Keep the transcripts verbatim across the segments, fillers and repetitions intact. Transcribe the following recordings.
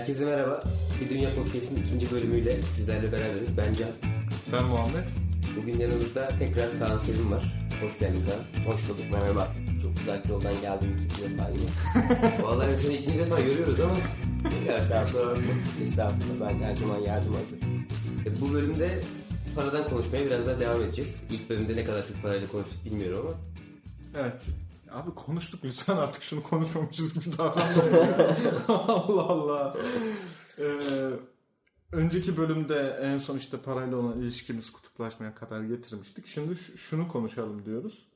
Herkese merhaba. Bir Dünya Podcast'in ikinci bölümüyle sizlerle beraberiz. Ben Can. Ben Muhammed. Bugün yanımızda tekrar Kaan Sevim var. Hoş geldin Kaan. Hoş bulduk, merhaba. Çok uzak yoldan geldim ikinci defa yine. Vallahi seni ikinci defa görüyoruz ama. Estağfurullah. Estağfurullah. Ben her zaman yardım hazır. Bu bölümde paradan konuşmaya biraz daha devam edeceğiz. İlk bölümde ne kadar çok parayla konuştuk bilmiyorum ama. Evet. Abi konuştuk, lütfen artık şunu konuşmamışız gibi davranmayın. Allah Allah. Ee, önceki bölümde en son işte parayla olan ilişkimiz kutuplaşmaya kadar getirmiştik. Şimdi şunu konuşalım diyoruz.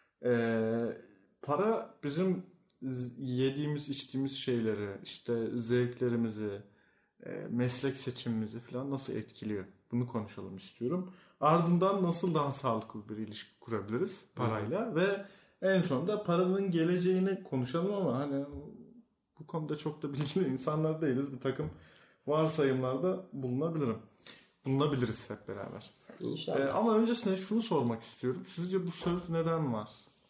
Ee, para bizim yediğimiz, içtiğimiz şeyleri, işte zevklerimizi, meslek seçimimizi falan nasıl etkiliyor? Bunu konuşalım istiyorum. Ardından nasıl daha sağlıklı bir ilişki kurabiliriz parayla hmm. ve en sonunda paranın geleceğini konuşalım ama hani bu konuda çok da bilgili insanlar değiliz. Bir takım varsayımlarda bulunabilirim. Bulunabiliriz hep beraber. İnşallah. Ee, ama öncesinde şunu sormak istiyorum. Sizce bu söz neden var?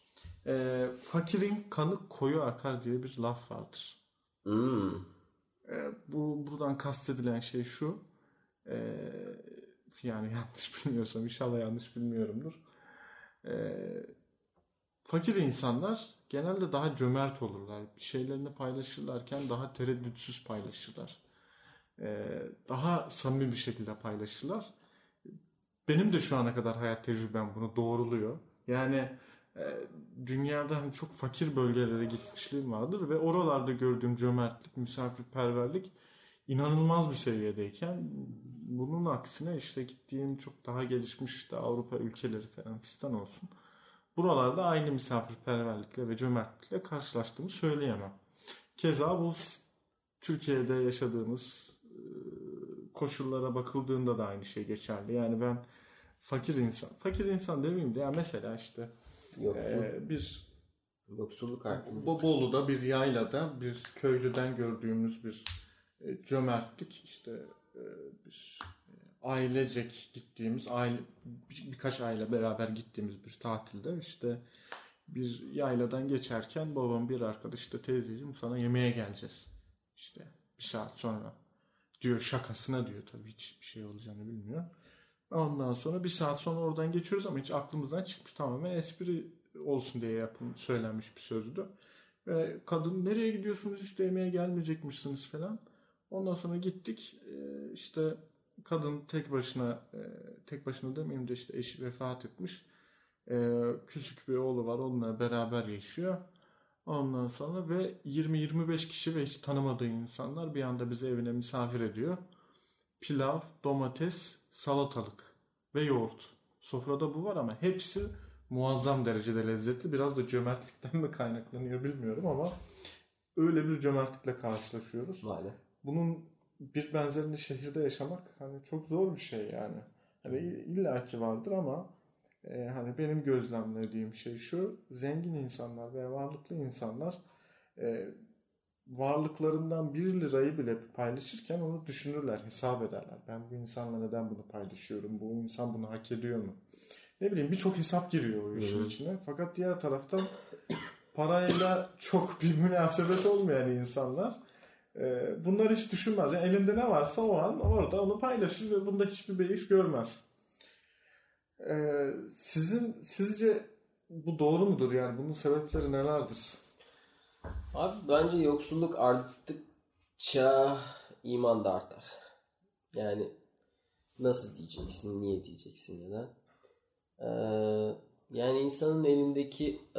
Ee, fakirin kanı koyu akar diye bir laf vardır. Hmm. Ee, bu buradan kastedilen şey şu. Ee, yani yanlış bilmiyorsam, inşallah yanlış bilmiyorumdur. Ee, fakir insanlar genelde daha cömert olurlar. Bir şeylerini paylaşırlarken daha tereddütsüz paylaşırlar. Ee, daha samimi bir şekilde paylaşırlar. Benim de şu ana kadar hayat tecrübem bunu doğruluyor. Yani e, dünyada hani çok fakir bölgelere gitmişliğim vardır ve oralarda gördüğüm cömertlik, misafirperverlik inanılmaz bir seviyedeyken bunun aksine işte gittiğim çok daha gelişmiş işte Avrupa ülkeleri falan fistan olsun. Buralarda aynı misafirperverlikle ve cömertlikle karşılaştığımı söyleyemem. Keza bu Türkiye'de yaşadığımız koşullara bakıldığında da aynı şey geçerli. Yani ben fakir insan, fakir insan demeyeyim de ya mesela işte e, bir yoksulluk hakkında. Bolu'da bir yaylada bir köylüden gördüğümüz bir e, cömertlik işte e, bir e, ailecek gittiğimiz aile bir, birkaç aile beraber gittiğimiz bir tatilde işte bir yayladan geçerken babam bir arkadaş işte teyzeciğim sana yemeğe geleceğiz işte bir saat sonra diyor, şakasına diyor, tabii hiç bir şey olacağını bilmiyor. Ondan sonra bir saat sonra oradan geçiyoruz ama hiç aklımızdan çıkmış, tamamen espri olsun diye yapın, söylenmiş bir sözdü. Ve kadın nereye gidiyorsunuz işte yemeğe gelmeyecekmişsiniz falan. Ondan sonra gittik işte kadın tek başına tek başına demeyeyim de işte eşi vefat etmiş. Küçük bir oğlu var, onunla beraber yaşıyor. Ondan sonra ve yirmi yirmi beş kişi ve hiç tanımadığı insanlar bir anda bizi evine misafir ediyor. Pilav, domates, salatalık ve yoğurt. Sofrada bu var ama hepsi muazzam derecede lezzetli. Biraz da cömertlikten mi kaynaklanıyor bilmiyorum ama öyle bir cömertlikle karşılaşıyoruz. Vale. Bunun bir benzerini şehirde yaşamak hani çok zor bir şey yani. Hani illaki vardır ama Ee, hani benim gözlemlediğim şey şu: zengin insanlar veya varlıklı insanlar e, varlıklarından bir lirayı bile paylaşırken onu düşünürler, hesap ederler. Ben bu insanla neden bunu paylaşıyorum? Bu insan bunu hak ediyor mu? Ne bileyim, birçok hesap giriyor o işin Hı-hı. içine. Fakat diğer taraftan parayla çok bir münasebet olmayan insanlar e, bunları hiç düşünmez. Yani elinde ne varsa o an orada onu paylaşır ve bunda hiçbir beis görmez. Ee, sizin sizce bu doğru mudur? Yani bunun sebepleri nelerdir? Abi bence yoksulluk arttıkça iman da artar. Yani nasıl diyeceksin, niye diyeceksin ya da ee, yani insanın elindeki ee,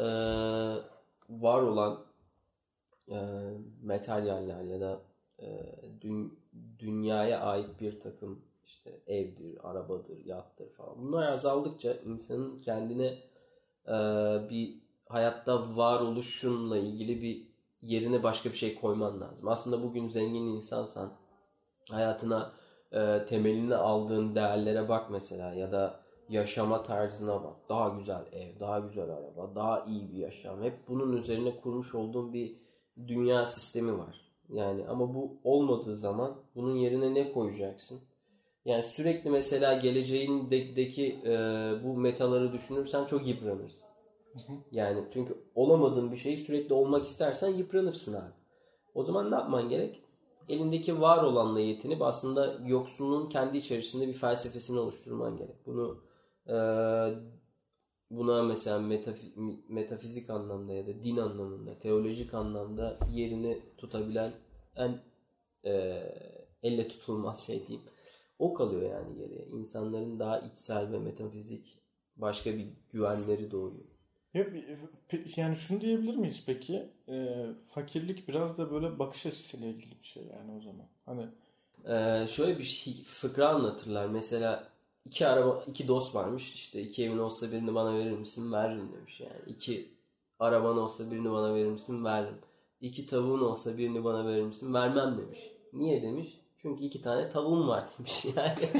var olan e, materyaller ya da e, dün, dünyaya ait bir takım İşte evdir, arabadır, yattır falan. Bunlar azaldıkça insanın kendine e, bir hayatta varoluşunla ilgili bir yerine başka bir şey koyman lazım. Aslında bugün zengin insansan hayatına e, temelini aldığın değerlere bak mesela ya da yaşama tarzına bak. Daha güzel ev, daha güzel araba, daha iyi bir yaşam. Hep bunun üzerine kurmuş olduğun bir dünya sistemi var. Yani ama bu olmadığı zaman bunun yerine ne koyacaksın? Yani sürekli mesela geleceğindeki e, bu metaları düşünürsen çok yıpranırsın. Hı hı. Yani çünkü olamadığın bir şeyi sürekli olmak istersen yıpranırsın abi. O zaman ne yapman gerek? elindeki var olanla yetinip aslında yoksulluğun kendi içerisinde bir felsefesini oluşturman gerek. Bunu e, buna mesela metafi- metafizik anlamda ya da din anlamında, teolojik anlamda yerini tutabilen en e, elle tutulmaz şey diyeyim. O kalıyor yani geriye. İnsanların daha içsel ve metafizik başka bir güvenleri doğuyor. Ya, yani şunu diyebilir miyiz peki? E, fakirlik biraz da böyle bakış açısıyla ilgili bir şey yani o zaman. Hani Ee, şöyle bir şey, fıkra anlatırlar. Mesela iki araba, iki dost varmış. İşte iki evin olsa birini bana verir misin? Veririm demiş yani. İki araban olsa birini bana verir misin? Veririm. İki tavuğun olsa birini bana verir misin? Vermem demiş. Niye demiş? Çünkü iki tane tavuğum var demiş. Yani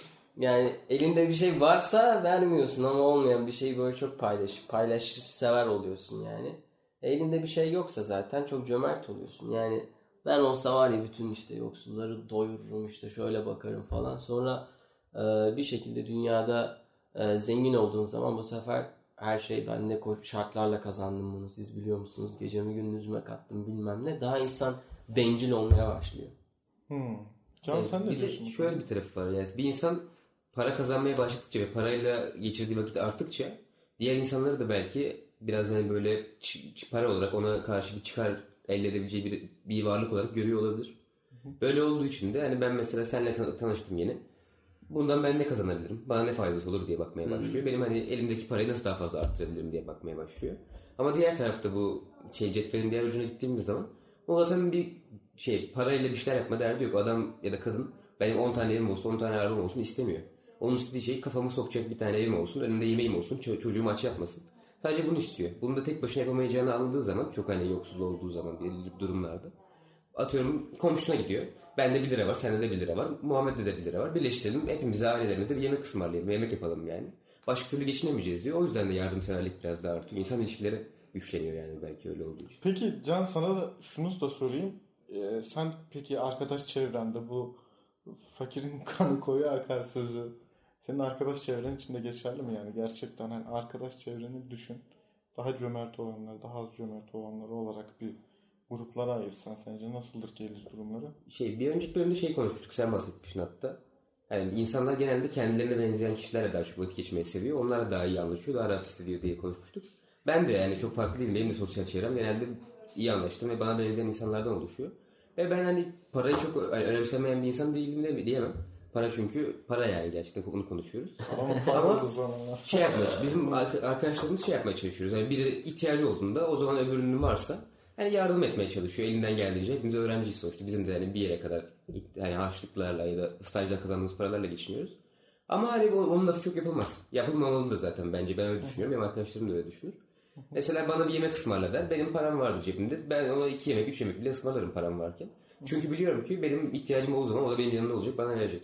yani elinde bir şey varsa vermiyorsun ama olmayan bir şeyi böyle çok paylaş, paylaşır sever oluyorsun yani. Elinde bir şey yoksa zaten çok cömert oluyorsun. Yani ben olsa var ya bütün işte yoksulları doyururum işte şöyle bakarım falan. Sonra e, bir şekilde dünyada e, zengin olduğun zaman bu sefer her şey ben ne şartlarla kazandım bunu siz biliyor musunuz? Gecemi gündüzüme kattım bilmem ne. Daha insan bencil olmaya başlıyor. Hmm. Can Evet, sen ne bir diyorsun? de şöyle bir tarafı var. Yani bir insan para kazanmaya başladıkça ve parayla geçirdiği vakit arttıkça diğer insanları da belki biraz hani böyle ç- ç- para olarak ona karşı bir çıkar elde edebileceği bir, bir varlık olarak görüyor olabilir. Böyle olduğu için de hani ben mesela seninle tan- tanıştım yeni. Bundan ben ne kazanabilirim? Bana ne faydası olur diye bakmaya başlıyor. Benim hani elimdeki parayı nasıl daha fazla arttırabilirim diye bakmaya başlıyor. Ama diğer tarafta bu şey cetvelin diğer ucuna gittiğimiz zaman o zaten bir şey parayla bir şeyler yapma derdi yok. Adam ya da kadın benim on tane evim olsun on tane arabam olsun istemiyor. Onun istediği şey kafamı sokacak bir tane evim olsun önünde yemeğim olsun ço- çocuğum aç yapmasın. Sadece bunu istiyor. Bunu da tek başına yapamayacağını anladığı zaman çok hani yoksul olduğu zaman belirli durumlarda. Atıyorum komşuna gidiyor. Bende bir lira var, sende de bir lira var. Muhammed'de de bir lira var. Birleştirelim hepimize ailelerimize bir yemek ısmarlayalım, bir yemek yapalım yani. Başka türlü geçinemeyeceğiz diyor. O yüzden de yardımseverlik biraz daha artıyor. İnsan ilişkileri güçleniyor yani belki öyle olduğu için. Peki Can sana da şunu da sorayım. Ee, sen peki arkadaş çevrende bu fakirin kanı koyu akar sözü senin arkadaş çevren içinde geçerli mi yani? Gerçekten hani arkadaş çevreni düşün. Daha cömert olanlar, daha az cömert olanlar olarak bir gruplara ayırsan sence nasıldır gelir durumları? Şey bir önceki bölümde şey konuşmuştuk sen bahsetmiştin hatta. Yani insanlar genelde kendilerine benzeyen kişilerle daha çok vakit geçirmeyi seviyor. Onlar daha iyi anlaşıyor, daha rahat hissediyor diye konuşmuştuk. Ben de yani çok farklı değilim. Benim de sosyal çevrem genelde iyi anlaştım ve bana benzeyen insanlardan oluşuyor. Ve ben hani parayı çok hani önemsemeyen bir insan değilim de diyemem. Para çünkü para yani gerçekten bunu konuşuyoruz. Ama Ama pahalı zamanlar. şey yapmaya bizim arkadaşlarımız şey yapmaya çalışıyoruz. Yani biri ihtiyacı olduğunda o zaman öbürünün varsa hani yardım etmeye çalışıyor elinden geldiğince. Hepimiz öğrenciyiz sonuçta. Bizim de hani bir yere kadar hani harçlıklarla ya da stajdan kazandığımız paralarla geçiniyoruz. Ama hani onun lafı çok yapılmaz. Yapılmamalı da zaten bence. Ben öyle düşünüyorum. Benim arkadaşlarım da öyle düşünür. Mesela bana bir yemek ısmarla der. Benim param vardır cebimde. Ben ona iki yemek, üç yemek bile ısmarlarım param varken. Çünkü biliyorum ki benim ihtiyacım olduğu zaman o da benim yanımda olacak, bana verecek.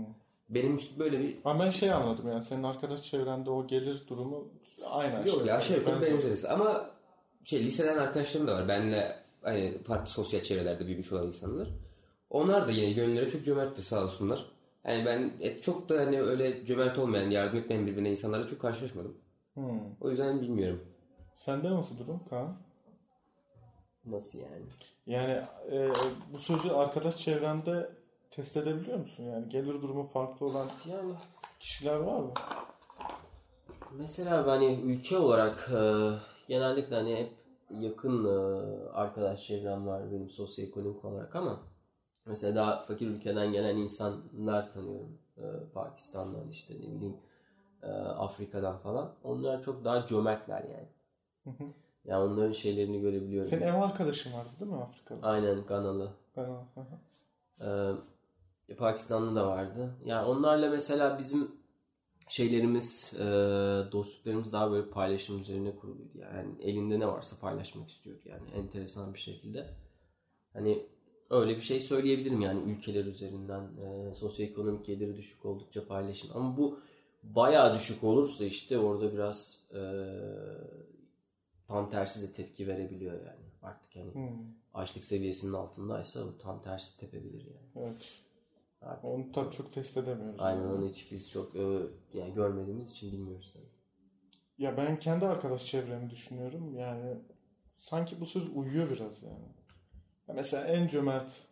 Benim işte böyle bir... Ama ben şey anladım yani senin arkadaş çevrende o gelir durumu aynı aşağı. Yok ya aşağı yukarı Ben- benzeriz. Ama şey liseden arkadaşlarım da var. Benimle hani farklı sosyal çevrelerde büyümüş olan insanlar. Onlar da yine gönülleri çok cömerttir sağ olsunlar. Yani ben e, çok da hani öyle cömert olmayan, yardım etmeyen birbirine insanlarla çok karşılaşmadım. Hmm. O yüzden bilmiyorum. Sende nasıl durum Kaan? Nasıl yani? Yani e, bu sözü arkadaş çevrende test edebiliyor musun? Yani gelir durumu farklı olan Yani kişiler var mı? mesela hani ülke olarak e, genellikle hani hep yakın e, arkadaş çevrem var benim sosyoekonomik olarak ama mesela daha fakir ülkeden gelen insanlar tanıyorum. E, Pakistan'dan işte ne bileyim e, Afrika'dan falan. Onlar çok daha cömertler yani. Hı hı. Yani onların şeylerini görebiliyorum. Senin ev arkadaşın vardı değil mi Afrika'da? Aynen Ganalı. Ben, hı hı. E, Pakistanlı da vardı. Yani onlarla mesela bizim şeylerimiz, e, dostluklarımız daha böyle paylaşım üzerine kuruluydu. Yani elinde ne varsa paylaşmak istiyordu yani enteresan bir şekilde. Hani öyle bir şey söyleyebilirim yani ülkeler üzerinden e, sosyoekonomik geliri düşük oldukça paylaşım. Ama bu bayağı düşük olursa işte orada biraz e, tam tersi de tepki verebiliyor yani. Artık yani Hmm. açlık seviyesinin altındaysa o tam tersi tepebilir yani. Evet. Artık. Onu tabii çok test edemiyoruz. Aynen yani. onu hiç biz çok e, yani görmediğimiz için bilmiyoruz tabii. Ya ben kendi arkadaş çevremi düşünüyorum. Yani sanki bu söz uyuyor biraz yani. Ya mesela en cömert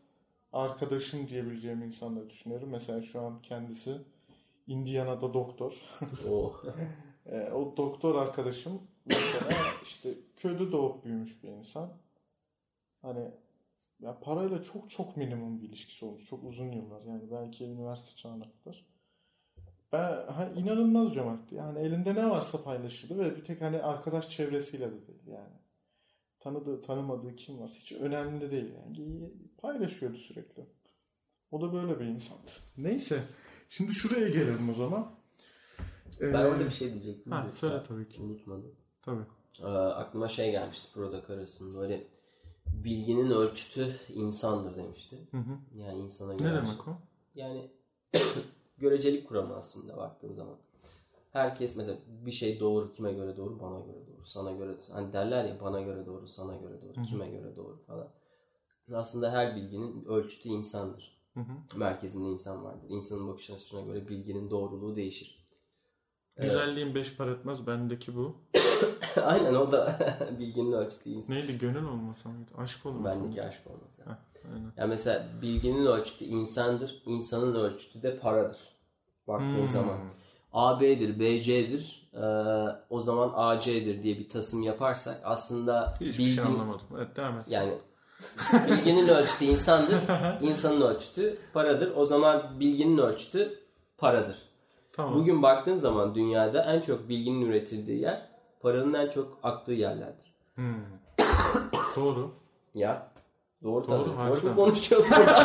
arkadaşım diyebileceğim insanları düşünüyorum. Mesela şu an kendisi Indiana'da doktor. Oh. E, o doktor arkadaşım mesela işte köyde doğup büyümüş bir insan. Hani ya parayla çok çok minimum bir ilişkisi olmuş. Çok uzun yıllar. Yani belki üniversite çağına kadar. Ben ha, inanılmaz cömertti. Yani elinde ne varsa paylaşırdı ve bir tek hani arkadaş çevresiyle de değil yani. Tanıdığı, tanımadığı kim varsa hiç önemli de değil yani. Paylaşıyordu sürekli. O da böyle bir insandı. Neyse. Şimdi şuraya gelelim o zaman. Ben Ee, orada bir şey diyecektim. Ha, de. söyle tabii ki. Unutmadım. Tabii. Ee, aklıma şey gelmişti Prodok arasında. Böyle bilginin ölçütü insandır demişti. Hı hı. Yani insana Ne göre. demek o? Yani görecelik kuramı aslında baktığın zaman. Herkes mesela bir şey doğru, kime göre doğru, bana göre doğru, sana göre, hani derler ya bana göre doğru, sana göre doğru, Hı hı. kime göre doğru falan. Aslında her bilginin ölçütü insandır. Hı hı. Merkezinde insan vardır. İnsanın bakış açısına göre bilginin doğruluğu değişir. Güzelliğin beş para etmez. Bendeki bu. Aynen o da bilginin ölçütü insan. Neydi? Gönül olmasa mıydı? Aşk olmasa mıydı? Bendeki aşk olmaz. Yani. Heh, aynen. Yani mesela bilginin ölçütü insandır, insanın ölçütü de paradır. Baktığın Hmm. zaman. A B'dir, B C'dir, ee, o zaman A C'dir diye bir tasım yaparsak aslında Hiçbir bilgin, şey anlamadım. Evet, devam et. yani bilginin ölçütü insandır, insanın ölçütü paradır. O zaman bilginin ölçütü paradır. Tamam. Bugün baktığın zaman dünyada en çok bilginin üretildiği yer paranın en çok aktığı yerlerdir. Hmm. Doğru. Ya doğru, Doğru, tabii. harbiden. Boş mu konuşuyoruz burada?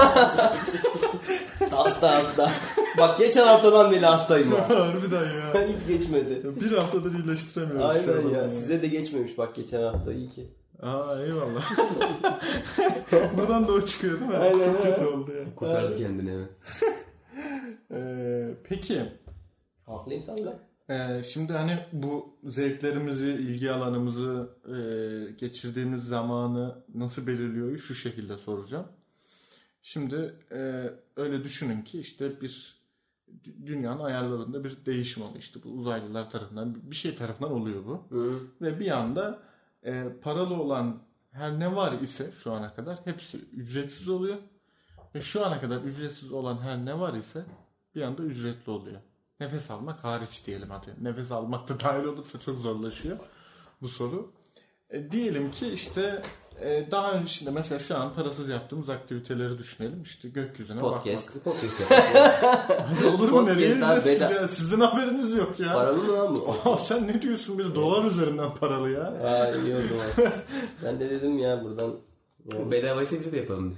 hasta hasta. Bak geçen haftadan beri hastayım ha. Harbiden ya. Hiç geçmedi. Bir haftadır iyileştiremiyoruz. şu Aynen adamı ya. Size de geçmemiş bak geçen hafta iyi ki. Aa, eyvallah. Buradan da o çıkıyor değil mi? Aynen, Çok kötü aynen. oldu ya. Kurtardı kendini. Evet. Ee, peki. Haklıyım tabii lan. Ee, şimdi hani bu zevklerimizi, ilgi alanımızı, e, geçirdiğimiz zamanı nasıl belirliyor? Şu şekilde soracağım. Şimdi e, öyle düşünün ki işte bir dü- dünyanın ayarlarında bir değişim oluyor. İşte bu uzaylılar tarafından bir şey tarafından oluyor bu. Hı. Ve bir anda e, paralı olan her ne var ise şu ana kadar hepsi ücretsiz oluyor. Ve şu ana kadar ücretsiz olan her ne var ise bir anda ücretli oluyor. Nefes almak hariç diyelim hadi. Nefes almak da dahil olursa çok zorlaşıyor bu soru. E, diyelim ki işte e, daha öncesinde mesela şu an parasız yaptığımız aktiviteleri düşünelim. İşte gökyüzüne Podcast. bakmak. Podcast yapalım. Hadi olur mu? Nereye Podcast'lar izleyeceğiz beda- ya? Sizin haberiniz yok ya. Paralı mı lan bu? Aa, sen ne diyorsun? Bir de dolar üzerinden paralı ya. Aa iyi o zaman. Ben de dedim ya buradan. Yani. Bedavaysa biz de yapalım.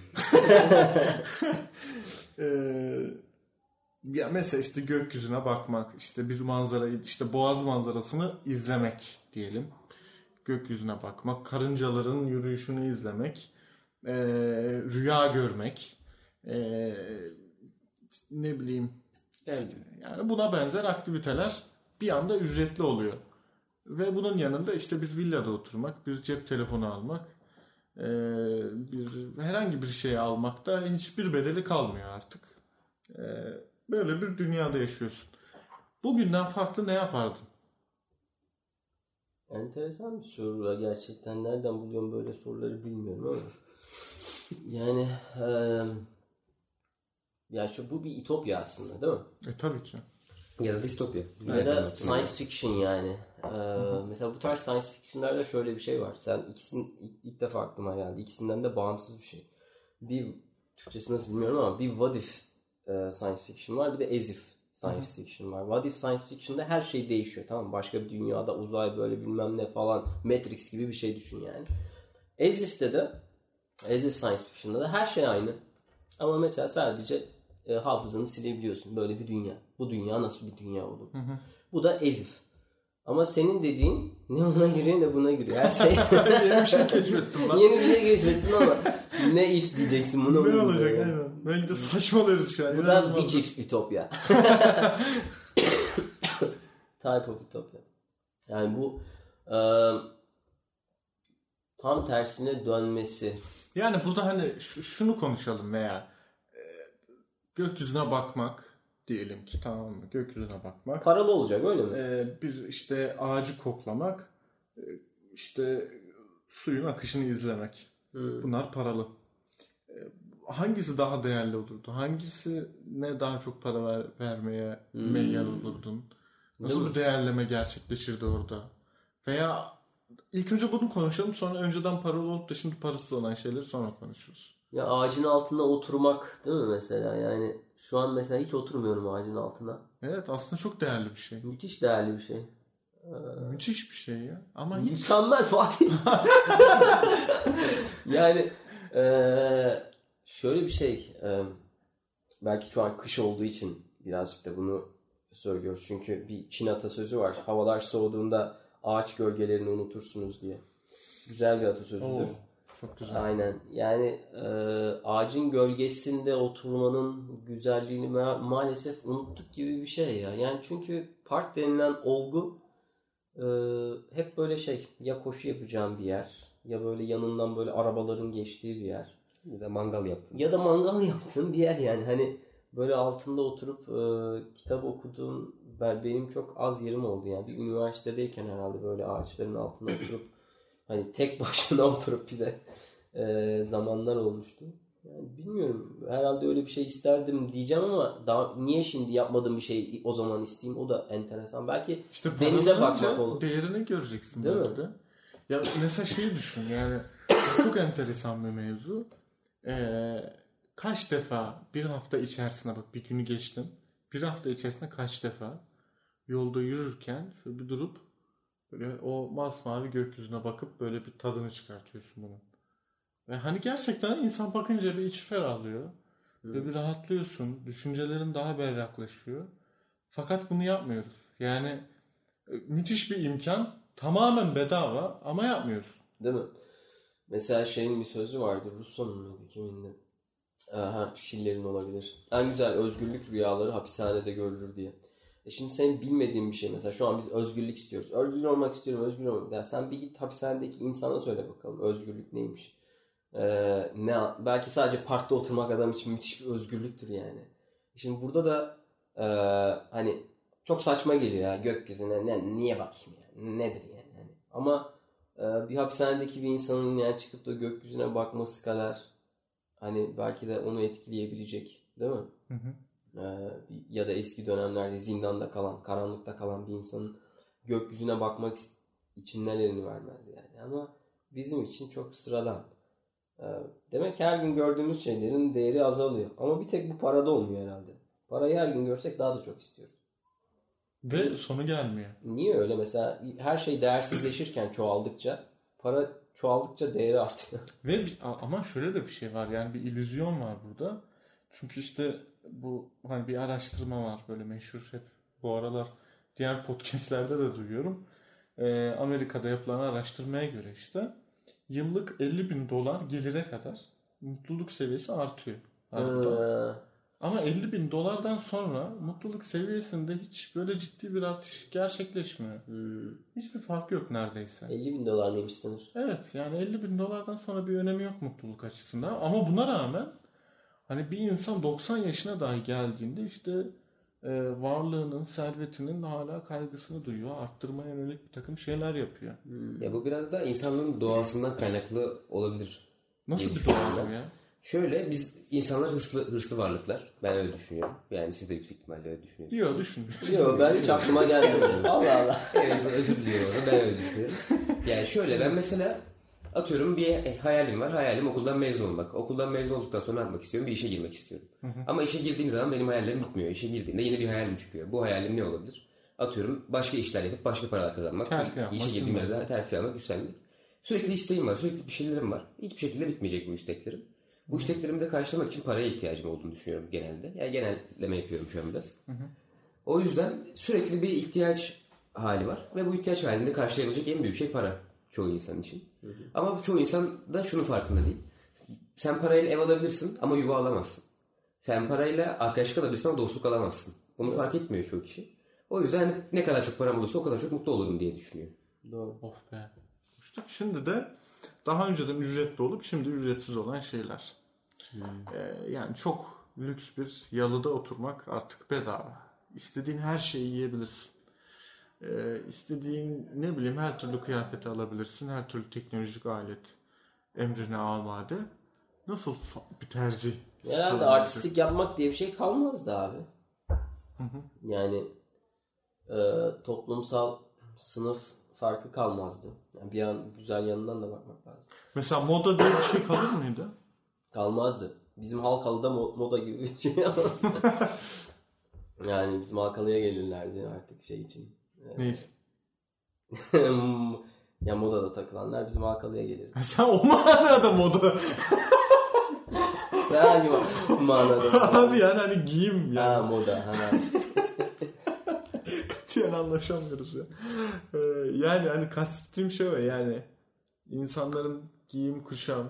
Ee, ya mesela işte gökyüzüne bakmak, işte bir manzarayı, işte Boğaz manzarasını izlemek diyelim. Gökyüzüne bakmak, karıncaların yürüyüşünü izlemek, ee, rüya görmek, ee, ne bileyim, Yani. yani buna benzer aktiviteler bir anda ücretli oluyor. Ve bunun yanında işte bir villada oturmak, bir cep telefonu almak, ee, bir herhangi bir şey almakta hiçbir bedeli kalmıyor artık. Ee, böyle bir dünyada yaşıyorsun. Bugünden farklı ne yapardın? Enteresan bir soru gerçekten. Nereden buluyorum böyle soruları bilmiyorum ama. Yani eee yani şu bu bir ütopya aslında değil mi? E tabii ki. Ya da distopya. Ya da science fiction yani. Ee, mesela bu tarz science fiction'larda şöyle bir şey var. Sen ikisinin ilk, ilk defa aklıma geldi. İkisinden de bağımsız bir şey. Bir Türkçesi nasıl bilmiyorum ama bir what if e, science fiction var, bir de as if science fiction var. What if science fiction'da her şey değişiyor, tamam mı? Başka bir dünyada uzay böyle bilmem ne falan, Matrix gibi bir şey düşün yani. As if'te de as if science fiction'da da her şey aynı. Ama mesela sadece e, hafızanı silebiliyorsun. Böyle bir dünya. Bu dünya nasıl bir dünya olur? Hı hı. Bu da as if. Ama senin dediğin ne ona giriyor ne buna giriyor. Her şey. Yeni bir şey keşfettim lan. Yeni bir şey keşfettin ama ne if diyeceksin bunu. Ne olacak aynen. Belki de saçmalıyoruz şu an. Bu da which if ütopya. Type of ütopya. Yani bu e, tam tersine dönmesi. Yani burada hani şu- şunu konuşalım veya e, gökyüzüne bakmak diyelim ki, tamam mı? Gökyüzüne bakmak. Paralı olacak öyle mi? E, bir işte ağacı koklamak, e, işte suyun akışını izlemek. Hmm. Bunlar paralı. E, hangisi daha değerli olurdu? Hangisine daha çok para ver, vermeye Hmm. meyyal olurdun? Nasıl Değil bir değerleme gerçekleşirdi orada? Veya ilk önce bunu konuşalım, sonra önceden paralı olup da şimdi parasız olan şeyleri sonra konuşuruz. Ya ağacın altında oturmak değil mi mesela? Yani şu an mesela hiç oturmuyorum ağacın altına. Evet, aslında çok değerli bir şey. Müthiş değerli bir şey. Müthiş bir şey ya. Ama hiç Mükemmel Fatih. Yani eee, şöyle bir şey. eee, belki şu an kış olduğu için birazcık da bunu söylüyoruz. Çünkü bir Çin atasözü var. Havalar soğuduğunda ağaç gölgelerini unutursunuz diye. Güzel bir atasözüdür. Oo, çok güzel. Aynen. Yani e, ağacın gölgesinde oturmanın güzelliğini ma- maalesef unuttuk gibi bir şey ya. Yani çünkü park denilen olgu e, hep böyle şey, ya koşu yapacağım bir yer, ya böyle yanından böyle arabaların geçtiği bir yer, Ya da mangal yaptın. ya da mangal yaptığım bir yer yani. Hani böyle altında oturup e, kitap okuduğum, ben benim çok az yerim oldu yani. Bir üniversitedeyken herhalde böyle ağaçların altında oturup hani tek başına oturup bir de e, zamanlar olmuştu. Yani bilmiyorum. Herhalde öyle bir şey isterdim diyeceğim ama daha niye şimdi yapmadığım bir şey o zaman isteyeyim? O da enteresan. Belki İşte denize paralı bakmak olunca olur. değerini göreceksin Değil belki mi? de. Ya mesela şeyi düşün yani çok enteresan bir mevzu. Ee, kaç defa bir hafta içerisinde, bak bir günü geçtim. Bir hafta içerisinde kaç defa yolda yürürken şöyle bir durup böyle o masmavi gökyüzüne bakıp böyle bir tadını çıkartıyorsun bunun. Ve hani gerçekten insan bakınca bir içi ferahlıyor. Ve bir rahatlıyorsun. Düşüncelerin daha berraklaşıyor. Fakat bunu yapmıyoruz. Yani e, müthiş bir imkan. Tamamen bedava ama yapmıyoruz. Değil mi? Mesela şeyin bir sözü vardı. Rousseau'nun muydu? Kimin de? Aha, Schiller'in olabilir. En güzel özgürlük rüyaları hapishanede görülür diye. E şimdi senin bilmediğin bir şey mesela. Şu an biz özgürlük istiyoruz. Özgür olmak istiyorum, özgür olmak. Ya sen bir git hapishanedeki insana söyle bakalım. Özgürlük neymiş? Ee, ne belki sadece parkta oturmak adam için müthiş bir özgürlüktür yani. Şimdi burada da e, hani çok saçma geliyor ya gökyüzüne ne, niye bakayım yani nedir yani hani. Ama e, bir hapishanedeki bir insanın yani çıkıp da gökyüzüne bakması kadar hani belki de onu etkileyebilecek değil mi? Hı hı. Ee, ya da eski dönemlerde zindanda kalan, karanlıkta kalan bir insanın gökyüzüne bakmak için nelerini vermez yani. Ama bizim için çok sıradan. Demek ki her gün gördüğümüz şeylerin değeri azalıyor. Ama bir tek bu parada olmuyor herhalde. Parayı her gün görsek daha da çok istiyoruz. Ve sonu gelmiyor. Niye öyle? Mesela her şey değersizleşirken çoğaldıkça, para çoğaldıkça değeri artıyor. Ve bir- ama şöyle de bir şey var. Yani bir illüzyon var burada. Çünkü işte bu hani bir araştırma var böyle meşhur, hep bu aralar diğer podcastlerde de duyuyorum. Ee, Amerika'da yapılan araştırmaya göre işte yıllık elli bin dolar gelire kadar mutluluk seviyesi artıyor. Harbiden. Ee, Ama elli bin dolardan sonra mutluluk seviyesinde hiç böyle ciddi bir artış gerçekleşmiyor. hmm. Hiçbir fark yok neredeyse. elli bin dolar neymiş sınır? Evet, yani elli bin dolardan sonra bir önemi yok mutluluk açısından. Ama buna rağmen hani bir insan doksan yaşına dahi geldiğinde işte e, varlığının, servetinin hala kaygısını duyuyor. Arttırmaya yönelik bir takım şeyler yapıyor. Ya bu biraz da insanlığın doğasından kaynaklı olabilir. Nasıl diye bir düşünüyorum doğa bu ben. ya? Şöyle biz insanlar hırslı hırslı varlıklar. Ben öyle düşünüyorum. Yani siz de yüksek ihtimalle öyle düşünüyorsunuz. Yok, düşünmüyorum. Yok ben hiç aklıma gelmedi. Allah Allah. Evet, özür diliyorum o zaman, ben öyle düşünüyorum. Yani şöyle ben mesela atıyorum bir hayalim var. Hayalim okuldan mezun olmak. Okuldan mezun olduktan sonra ne yapmak istiyorum? Bir işe girmek istiyorum. Ama işe girdiğim zaman benim hayallerim bitmiyor. İşe girdiğimde yeni bir hayalim çıkıyor. Bu hayalim ne olabilir? Atıyorum başka işler yapıp başka paralar kazanmak. Terfi yapmak, İşe girdiğim değil mi? yerde terfi almak, yükselmek. Sürekli isteğim var. Sürekli bir şeylerim var. Hiçbir şekilde bitmeyecek bu isteklerim. Bu isteklerimi de karşılamak için paraya ihtiyacım olduğunu düşünüyorum genelde. Yani genelleme yapıyorum şu an biraz. O yüzden sürekli bir ihtiyaç hali var. Ve bu ihtiyaç halinde karşılayabilecek en büyük şey para. Çoğu insan için. Hı hı. Ama çoğu insan da şunun farkında değil. Sen parayla ev alabilirsin ama yuva alamazsın. Sen parayla arkadaşlık alabilirsin ama dostluk alamazsın. Bunu evet. fark etmiyor çoğu kişi. O yüzden ne kadar çok param olursa o kadar çok mutlu olurum diye düşünüyor. Doğru. Of be. Şimdi de daha önceden ücretli olup şimdi ücretsiz olan şeyler. Hmm. Ee, yani çok lüks bir yalıda oturmak artık bedava. İstediğin her şeyi yiyebilirsin. Ee, istediğin ne bileyim her türlü kıyafeti alabilirsin. Her türlü teknolojik alet emrine amade. nasıl bir tercih? Herhalde artistlik yapmak diye bir şey kalmazdı abi. Hı hı. Yani e, toplumsal sınıf farkı kalmazdı. Yani bir an güzel yanından da bakmak lazım. Mesela moda diye bir şey kalır mıydı? Kalmazdı. Bizim Halkalı'da mo- moda gibi bir şey ama. Yani bizim Halkalı'ya gelirlerdi artık şey için. Ne? Ya modada takılanlar bizim Halkalı'ya gelirdi. Sen o manada moda. Sen hangi manada? Abi yani hani giyim yani. Ha moda. Ha. Katiyen anlaşamıyoruz ya. Ee, yani hani kastettiğim şey o yani. İnsanların giyim kuşam.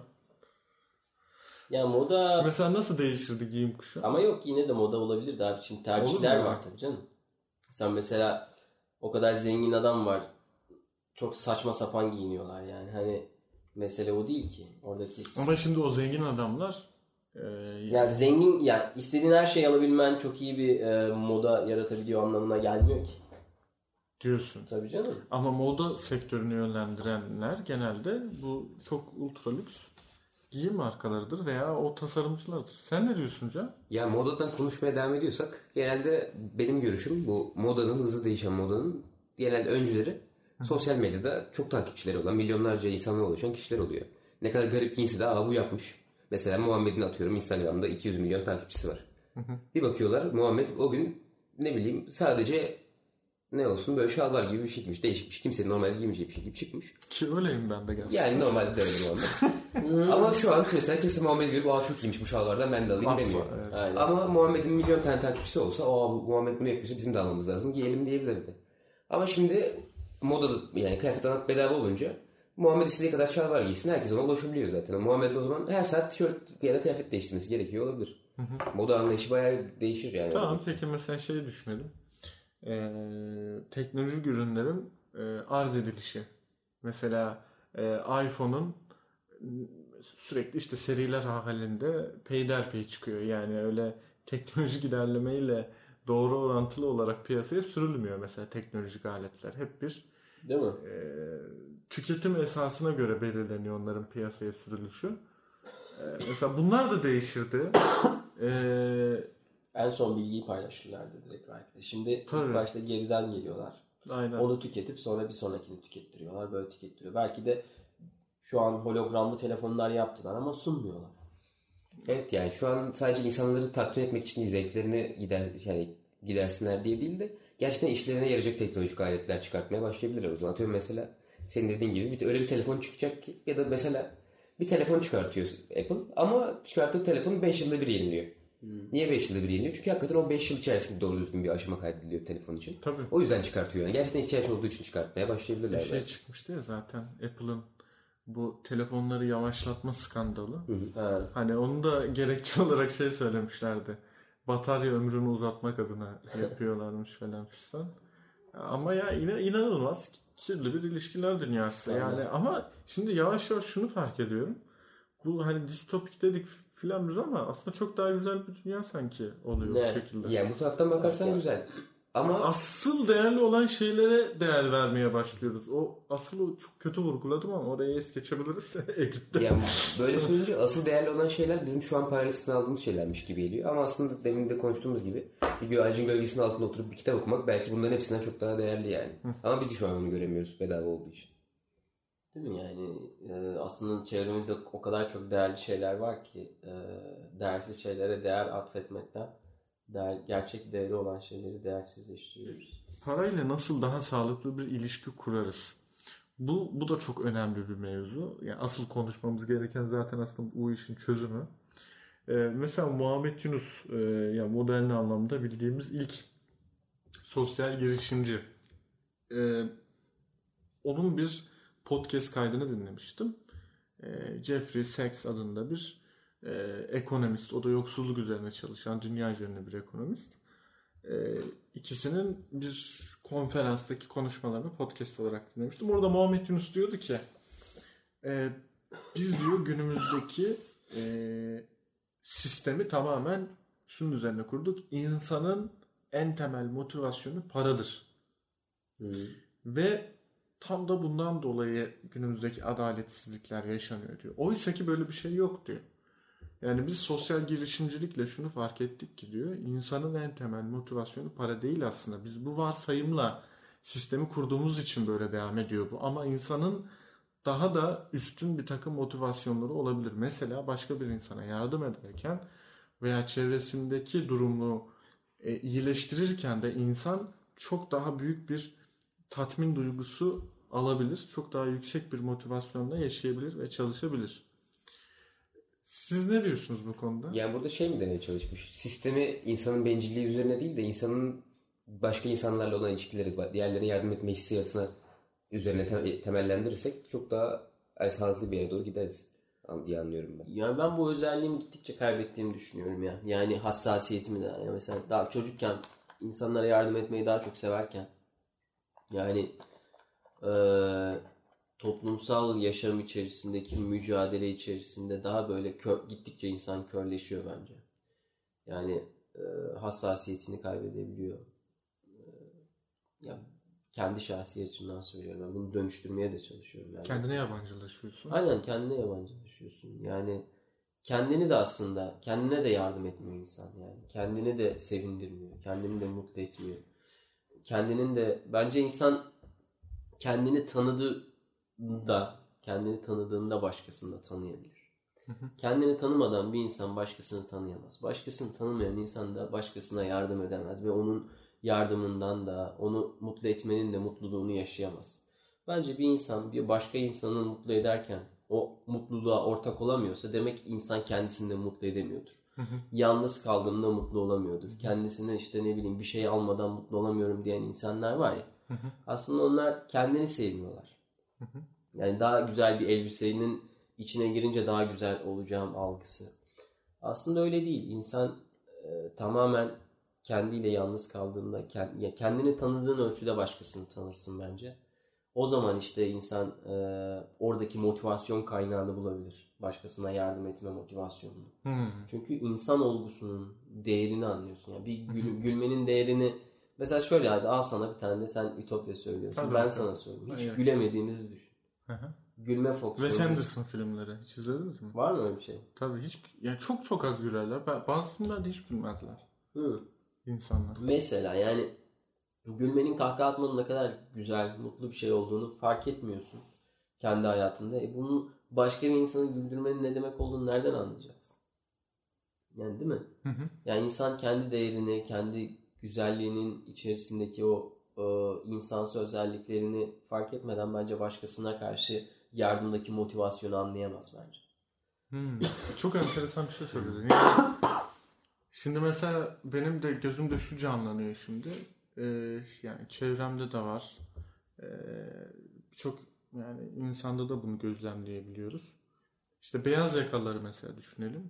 Ya moda... Mesela nasıl değişirdi giyim kuşam? Ama yok yine de moda olabilirdi abi. Şimdi tercihler Olur mu? var tabii canım. Sen mesela o kadar zengin adam var. Çok saçma sapan giyiniyorlar yani. Hani mesele o değil ki. Oradaki... Ama şimdi o zengin adamlar e, Yani zengin yani istediğin her şeyi alabilmen çok iyi bir e, moda yaratabiliyor anlamına gelmiyor ki. diyorsun. Tabii canım. Ama moda sektörünü yönlendirenler genelde bu çok ultra lüks giyim markalarıdır veya o tasarımcılardır. Sen ne diyorsun Can? Ya modadan konuşmaya devam ediyorsak genelde benim görüşüm bu modanın, hızlı değişen modanın genelde öncüleri sosyal medyada çok takipçileri olan, milyonlarca insanla oluşan kişiler oluyor. Ne kadar garip giyinse de aa bu yapmış. Mesela Muhammed'in atıyorum Instagram'da iki yüz milyon takipçisi var. Bir bakıyorlar Muhammed o gün ne bileyim sadece ne olsun böyle şalvar gibi bir şey giymiş. Değişikmiş. Kimsenin normalde giymeyeceği bir şey gibi çıkmış. Ki öyleyim ben de gerçekten. Yani normalde de öyle Muhammed. Ama şu an mesela kimse Muhammed'i görüp aa çok iyiymiş bu şalvardan ben de alayım Asla, demiyor. evet. Aynen. Ama Muhammed'in milyon tane takipçisi olsa aa Muhammed bunu yapıyorsa bizim de almamız lazım giyelim diyebilirdi. Ama şimdi moda yani kıyafet almak bedava olunca Muhammed istediği kadar şalvar giysin herkes ona ulaşabiliyor zaten. Muhammed'in o zaman her saat tişört ya da kıyafet değiştirmesi gerekiyor olabilir. Hı hı. Moda anlayışı bayağı değişir yani. Tamam peki mesela şey düşünelim. Ee, teknolojik ürünlerin e, arz edilişi. Mesela e, iPhone'un sürekli işte seriler halinde peyderpey çıkıyor. Yani öyle teknolojik ilerlemeyle doğru orantılı olarak piyasaya sürülmüyor mesela teknolojik aletler. Hep bir Değil mi? e, tüketim esasına göre belirleniyor onların piyasaya sürülüşü. E, mesela bunlar da değişirdi. Eee En son bilgiyi paylaşırlardı direkt belki de. Şimdi Tabii. ilk başta geriden geliyorlar. Aynen. Onu tüketip sonra bir sonrakini tükettiriyorlar. Böyle tükettiriyor. Belki de şu an hologramlı telefonlar yaptılar ama sunmuyorlar. Evet yani şu an sadece insanları tatmin etmek için zevklerini gider yani gidersinler diye değil de gerçekten işlerine yarayacak teknolojik aletler çıkartmaya başlayabilirler o zaman. Atıyorum mesela senin dediğin gibi bir, öyle bir telefon çıkacak ki ya da mesela bir telefon çıkartıyor Apple ama çıkarttığı telefon beş yılda bir yeniliyor. Hmm. Niye beş yılda bir yeniliyor? Çünkü hakikaten o beş yıl içerisinde doğru düzgün bir aşama kaydediliyor telefon için. Tabii. O yüzden çıkartıyor yani. Gerçekten ihtiyaç olduğu için çıkartmaya başlayabilirler. Bir şey belki çıkmıştı ya zaten Apple'ın bu telefonları yavaşlatma skandalı. Hı hı. Hani onu da gerekçe olarak şey söylemişlerdi. Batarya ömrünü uzatmak adına yapıyorlarmış falan fistan. Ama ya yine inanılmaz kirli bir ilişkiler dünyası. Yani ama şimdi yavaş yavaş şunu fark ediyorum. Bu hani distopik dedik filan biz ama aslında çok daha güzel bir dünya sanki oluyor Ne? bu şekilde. Yani bu taraftan bakarsan Evet. güzel. Ama asıl değerli olan şeylere değer vermeye başlıyoruz. O asıl çok kötü vurguladım ama oraya es geçebiliriz. Edit'te. yani böyle söyleyince asıl değerli olan şeyler bizim şu an parayla satın aldığımız şeylermiş gibi geliyor. Ama aslında demin de konuştuğumuz gibi bir ağacın gölgesinin altında oturup bir kitap okumak belki bunların hepsinden çok daha değerli yani. Ama biz şu an onu göremiyoruz bedava olduğu için. Değil mi yani e, aslında çevremizde o kadar çok değerli şeyler var ki e, değersiz şeylere değer atfetmekten değer, gerçek değeri olan şeyleri değersizleştiriyoruz. Parayla nasıl daha sağlıklı bir ilişki kurarız? Bu bu da çok önemli bir mevzu. Yani asıl konuşmamız gereken zaten aslında bu işin çözümü. Ee, mesela Muhammed Yunus e, yani modern anlamda bildiğimiz ilk sosyal girişimci. Ee, onun bir podcast kaydını dinlemiştim. Ee, Jeffrey Sachs adında bir e, ekonomist. O da yoksulluk üzerine çalışan dünya ünlü bir ekonomist. Ee, ikisinin bir konferanstaki konuşmalarını podcast olarak dinlemiştim. Orada Muhammed Yunus diyordu ki e, biz diyor günümüzdeki e, sistemi tamamen şunun üzerine kurduk. İnsanın en temel motivasyonu paradır. Hmm. Ve tam da bundan dolayı günümüzdeki adaletsizlikler yaşanıyor diyor. Oysa ki böyle bir şey yok diyor. Yani biz sosyal girişimcilikle şunu fark ettik ki diyor, insanın en temel motivasyonu para değil aslında. Biz bu varsayımla sistemi kurduğumuz için böyle devam ediyor bu. Ama insanın daha da üstün bir takım motivasyonları olabilir. Mesela başka bir insana yardım ederken veya çevresindeki durumu e, iyileştirirken de insan çok daha büyük bir tatmin duygusu alabilir. Çok daha yüksek bir motivasyonla yaşayabilir ve çalışabilir. Siz ne diyorsunuz bu konuda? Yani burada şey mi demeye çalışmış? Sistemi insanın bencilliği üzerine değil de insanın başka insanlarla olan ilişkileri, diğerlerine yardım etme hissiyatına üzerine te- temellendirirsek çok daha yani sağlıklı bir yere doğru gideriz diye anlıyorum ben. Yani ben bu özelliğimi gittikçe kaybettiğimi düşünüyorum ya. Yani hassasiyetimi de. Yani mesela daha çocukken insanlara yardım etmeyi daha çok severken yani eee, toplumsal yaşam içerisindeki mücadele içerisinde daha böyle kör, gittikçe insan körleşiyor bence. Yani eee, hassasiyetini kaybedebiliyor. Ya kendi şahsi açımdan söylüyorum. Ben bunu dönüştürmeye de çalışıyorum yani. Kendine yabancılaşıyorsun. Aynen kendine yabancılaşıyorsun. Yani kendini de aslında kendine de yardım etmiyor insan yani. Kendini de sevindirmiyor. Kendini de mutlu etmiyor. Kendinin de bence insan kendini tanıdığında kendini tanıdığında başkasını da tanıyabilir. Kendini tanımadan bir insan başkasını tanıyamaz. Başkasını tanımayan insan da başkasına yardım edemez ve onun yardımından da onu mutlu etmenin de mutluluğunu yaşayamaz. Bence bir insan bir başka insanı mutlu ederken o mutluluğa ortak olamıyorsa demek ki insan kendisini de mutlu edemiyordur. Yalnız kaldığında mutlu olamıyordur. Kendisine işte ne bileyim bir şey almadan mutlu olamıyorum diyen insanlar var ya. Aslında onlar kendini sevmiyorlar. Yani daha güzel bir elbisenin içine girince daha güzel olacağım algısı. Aslında öyle değil. İnsan e, tamamen kendiyle yalnız kaldığında kendini tanıdığın ölçüde başkasını tanırsın bence. O zaman işte insan e, oradaki motivasyon kaynağını bulabilir. Başkasına yardım etme motivasyonunu. Hmm. Çünkü insan olgusunun değerini anlıyorsun. Yani bir gül, gülmenin değerini mesela şöyle hadi al sana bir tane de sen Ütopya söylüyorsun. Tabii, ben tabii. sana söyleyeyim. Hiç Aynen. gülemediğimizi düşün. Hı hı. Gülme fonksiyonu. Wes Anderson filmleri hiç izlediniz mi? Var mı öyle bir şey? Tabii hiç, yani çok çok az gülerler. Ben- Bazı filmlerde hiç gülmezler Hı. insanlar. Mesela yani gülmenin kahkaha atmanın ne kadar güzel, mutlu bir şey olduğunu fark etmiyorsun kendi hayatında. E bunu başka bir insanı güldürmenin ne demek olduğunu nereden anlayacaksın? Yani değil mi? Hı hı. Yani insan kendi değerini, kendi güzelliğinin içerisindeki o e, insansı özelliklerini fark etmeden bence başkasına karşı yardımdaki motivasyonu anlayamaz bence. Hmm. Çok enteresan bir şey söyledin. Yani, şimdi mesela benim de gözümde şu canlanıyor şimdi. Ee, yani çevremde de var. Ee, Birçok yani insanda da bunu gözlemleyebiliyoruz. İşte beyaz yakalıları mesela düşünelim.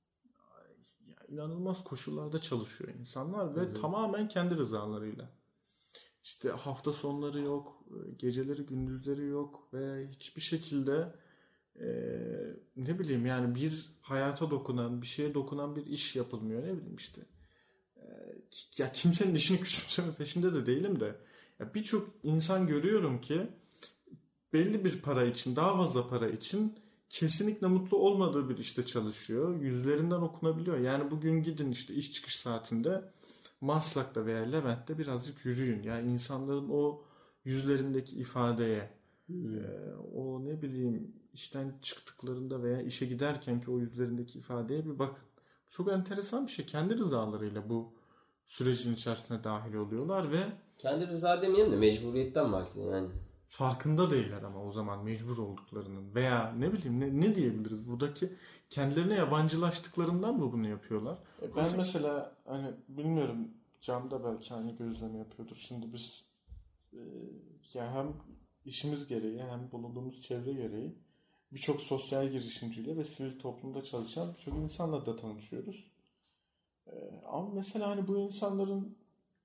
Ya, inanılmaz koşullarda çalışıyor insanlar ve Hı hı. tamamen kendi rızalarıyla. İşte hafta sonları yok, geceleri gündüzleri yok ve hiçbir şekilde e, ne bileyim yani bir hayata dokunan, bir şeye dokunan bir iş yapılmıyor, ne bileyim işte. E, ya kimsenin işini küçümseme peşinde de değilim de ya birçok insan görüyorum ki belli bir para için, daha fazla para için kesinlikle mutlu olmadığı bir işte çalışıyor. Yüzlerinden okunabiliyor. Yani bugün gidin işte iş çıkış saatinde Maslak'ta veya Levent'te birazcık yürüyün. Yani insanların o yüzlerindeki ifadeye, Hmm. e, o ne bileyim işten çıktıklarında veya işe giderken ki o yüzlerindeki ifadeye bir bakın. Çok enteresan bir şey. Kendi rızalarıyla bu sürecin içerisine dahil oluyorlar ve Kendi rıza demeyelim de mecburiyetten belki de yani. farkında değiller ama o zaman mecbur olduklarının veya ne bileyim ne, ne diyebiliriz buradaki kendilerine yabancılaştıklarından mı bunu yapıyorlar? Ben mesela hani bilmiyorum Can da belki aynı gözlemi yapıyordur. Şimdi biz e, yani hem işimiz gereği hem bulunduğumuz çevre gereği birçok sosyal girişimciyle ve sivil toplumda çalışan birçok insanla da tanışıyoruz. E, ama mesela hani bu insanların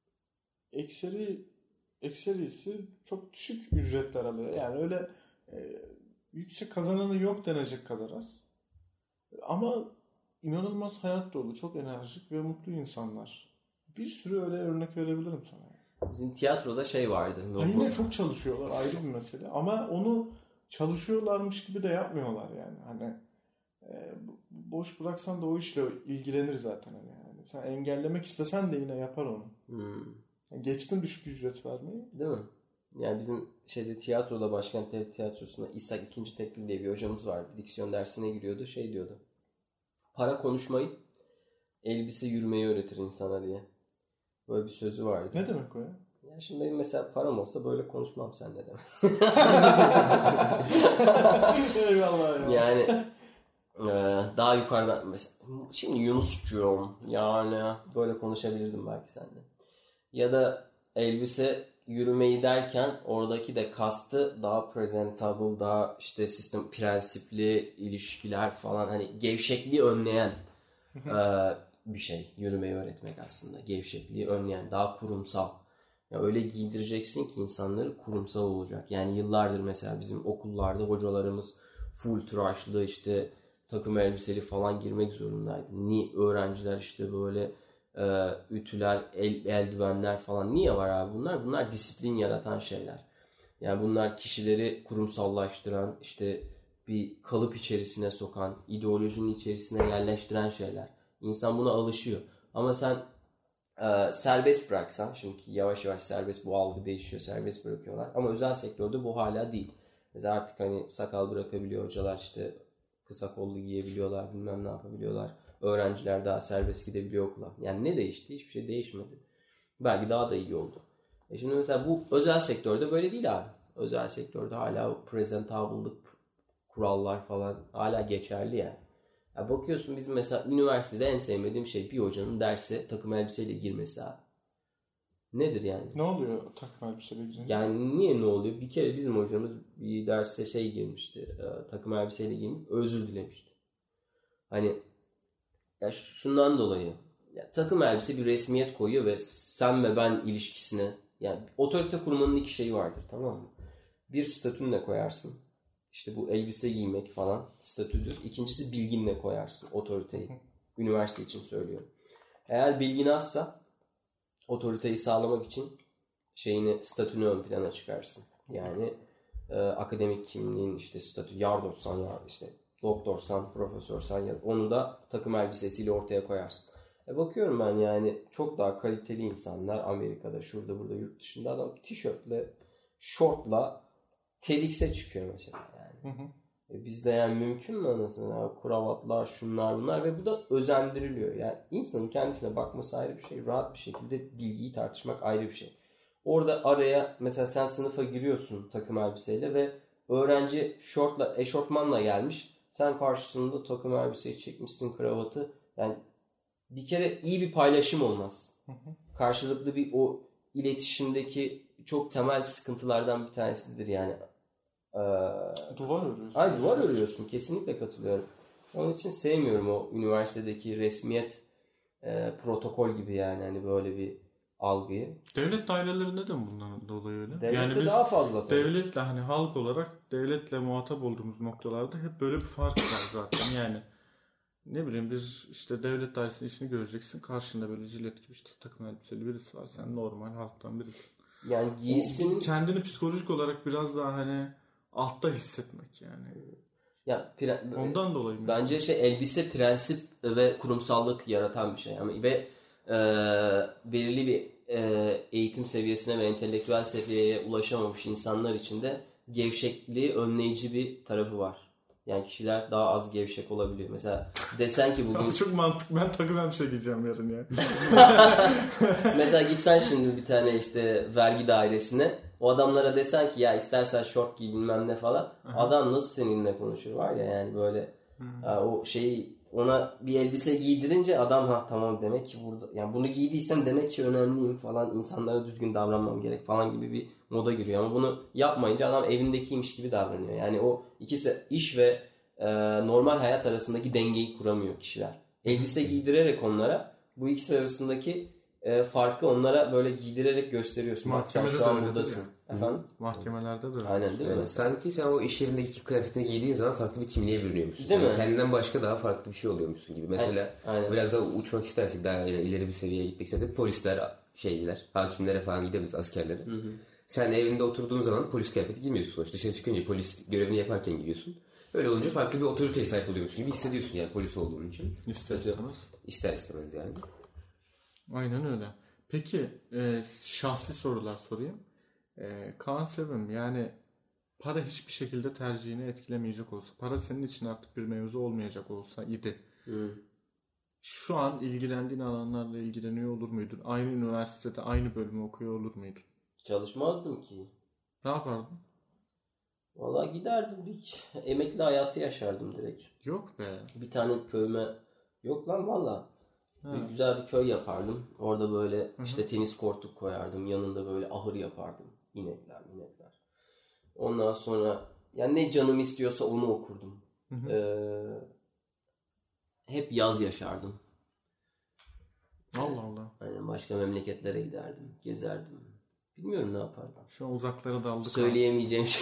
ekseri ekserisi çok düşük ücretler alıyor. Yani öyle e, yüksek kazananı yok denecek kadar az. Ama inanılmaz hayat dolu, çok enerjik ve mutlu insanlar. Bir sürü öyle örnek verebilirim sana. Bizim tiyatroda şey vardı. Ha, yine çok çalışıyorlar, ayrı bir mesele. Ama onu çalışıyorlarmış gibi de yapmıyorlar yani. Hani e, boş bıraksan da o işle ilgilenir zaten. Hani yani. Sen engellemek istesen de yine yapar onu. Hmm. Yani geçtin düşük ücret vermeyi. Değil mi? Yani bizim şeyde tiyatroda, Başkent Devlet Tiyatrosu'nda İshak ikinci Tekgül diye bir hocamız vardı. Diksiyon dersine giriyordu. Şey diyordu. Para konuşmayı, elbise yürümeyi öğretir insana diye. Böyle bir sözü vardı. Ne demek o ya? Ya şimdi benim mesela param olsa böyle konuşmam seninle demek. Eyvallah ya. Yani e, daha yukarıdan mesela şimdi Yunuscuğum yani böyle konuşabilirdim belki seninle. Ya da elbise yürümeyi derken oradaki de kastı daha presentable, daha işte sistem prensipli ilişkiler falan, hani gevşekliği önleyen e, bir şey. Yürümeyi öğretmek aslında. Gevşekliği önleyen, daha kurumsal. Ya öyle giydireceksin ki insanları kurumsal olacak. Yani yıllardır mesela bizim okullarda hocalarımız full tıraşlı işte takım elbiseli falan girmek zorundaydı. Ni öğrenciler işte böyle e, ütüler, el, eldivenler falan. Niye var abi bunlar? Bunlar disiplin yaratan şeyler. Yani bunlar kişileri kurumsallaştıran, işte bir kalıp içerisine sokan, ideolojinin içerisine yerleştiren şeyler. İnsan buna alışıyor. Ama sen e, serbest bıraksan, şimdi yavaş yavaş serbest, bu algı değişiyor, serbest bırakıyorlar. Ama özel sektörde bu hala değil. Mesela artık hani sakal bırakabiliyor hocalar, işte kısa kollu giyebiliyorlar, bilmem ne yapabiliyorlar. Öğrenciler daha serbest gidebiliyor okula. Yani ne değişti? Hiçbir şey değişmedi. Belki daha da iyi oldu. E şimdi mesela bu özel sektörde böyle değil abi. Özel sektörde hala presentable'lık kurallar falan hala geçerli yani. Ya bakıyorsun bizim mesela üniversitede en sevmediğim şey bir hocanın derse takım elbiseyle girmesi abi. Nedir yani? Ne oluyor takım elbiseyle girince? Yani niye ne oluyor? Bir kere bizim hocamız bir derse şey girmişti. E, takım elbiseyle girip özür dilemişti. Hani ya şundan dolayı ya, takım elbise bir resmiyet koyuyor ve sen ve ben ilişkisine, yani otorite kurmanın iki şeyi vardır, tamam mı? Bir, statünle koyarsın. İşte bu elbise giymek falan statüdür. İkincisi bilginle koyarsın otoriteyi. Üniversite için söylüyorum. Eğer bilgin azsa otoriteyi sağlamak için şeyini, statünü ön plana çıkarsın. Yani e, akademik kimliğin işte statü, yardımcısan ya işte doktorsan, profesörsen ya onu da takım elbisesiyle ortaya koyarsın. E bakıyorum ben yani çok daha kaliteli insanlar Amerika'da, şurada burada, yurt dışında adam tişörtle, şortla TEDx'e çıkıyor mesela yani. Hı hı. E bizde yani mümkün mü anasını? Yani kravatlar, şunlar bunlar ve bu da özendiriliyor. Yani insanın kendisine bakması ayrı bir şey. Rahat bir şekilde bilgiyi tartışmak ayrı bir şey. Orada araya mesela sen sınıfa giriyorsun takım elbiseyle ve öğrenci şortla, eşortmanla gelmiş. Sen karşısında takım elbiseyi çekmişsin, kravatı. Yani bir kere iyi bir paylaşım olmaz. Hı hı. Karşılıklı bir o iletişimdeki çok temel sıkıntılardan bir tanesidir yani. Ee, duvar örüyorsun. Ay duvar örüyorsun. Kesinlikle katılıyorum. Onun için sevmiyorum o üniversitedeki resmiyet e, protokol gibi yani hani böyle bir algıyı. Devlet dairelerinde de mi bundan dolayı öyle? Devlette yani biz daha fazla tabii. Devletle hani halk olarak devletle muhatap olduğumuz noktalarda hep böyle bir fark var zaten. Yani ne bileyim biz işte devlet dairesinin işini göreceksin. Karşında böyle jilet gibi işte takım elbiseli birisi var. Sen normal halktan birisin. Yani giysinin... Kendini psikolojik olarak biraz daha hani altta hissetmek yani. Ya pre... ondan dolayı mı? Bence şey elbise prensip ve kurumsallık yaratan bir şey. Yani ve e, belirli bir e, eğitim seviyesine ve entelektüel seviyeye ulaşamamış insanlar için de gevşekliği önleyici bir tarafı var. Yani kişiler daha az gevşek olabiliyor. Mesela desen ki bugün... Çok mantıklı. Ben takım elbise giyeceğim yarın ya. Mesela gitsen şimdi bir tane işte vergi dairesine. O adamlara desen ki ya istersen şort giy bilmem ne falan. Aha. Adam nasıl seninle konuşur var ya yani böyle ya, o şeyi ona bir elbise giydirince adam ha tamam demek ki burada yani bunu giydiysem demek ki önemliyim falan, insanlara düzgün davranmam gerek falan gibi bir moda giriyor. Ama bunu yapmayınca adam evindekiymiş gibi davranıyor. Yani o ikisi iş ve e, normal hayat arasındaki dengeyi kuramıyor kişiler. Elbise giydirerek onlara bu ikisi arasındaki E, farkı onlara böyle giydirerek gösteriyorsun. Bak sen şu an buradasın. Efendim? Mahkemelerde de öyle. Aynen değil mi? Yani sanki sen o iş yerindeki kıyafetini giydiğin zaman farklı bir kimliğe bürünüyormuşsun. Değil yani mi? Kendinden başka daha farklı bir şey oluyormuşsun gibi. Mesela Aynen. biraz daha uçmak istersek, daha ileri bir seviyeye gitmek istersek polisler, şeyler, hakimlere falan gidebiliriz, askerlere. Hı hı. Sen evinde oturduğun zaman polis kıyafeti giymiyorsun sonuçta. Dışarı çıkınca polis görevini yaparken giyiyorsun. Öyle olunca farklı bir otoriteye sahip oluyorsun gibi hissediyorsun yani polis olduğun için. İster istemez. İster istemez yani. Aynen öyle. Peki e, şahsi sorular sorayım. E, Kaan Sevim, yani para hiçbir şekilde tercihini etkilemeyecek olsa, para senin için artık bir mevzu olmayacak olsa idi. Hı. Şu an ilgilendiğin alanlarla ilgileniyor olur muydun? Aynı üniversitede aynı bölümü okuyor olur muydun? Çalışmazdım ki. Ne yapardın? Vallahi giderdim hiç. Emekli hayatı yaşardım direkt. Yok be. Bir tane köyüme yok lan valla. Bir güzel bir köy yapardım. Orada böyle işte tenis kortu koyardım. Yanında böyle ahır yapardım. İnekler, inekler. Ondan sonra yani ne canım istiyorsa onu okurdum. Ee, hep yaz yaşardım. Allah Allah. Yani başka memleketlere giderdim, gezerdim. Bilmiyorum ne yapardım. Şu an uzaklara daldık. Söyleyemeyeceğim şey.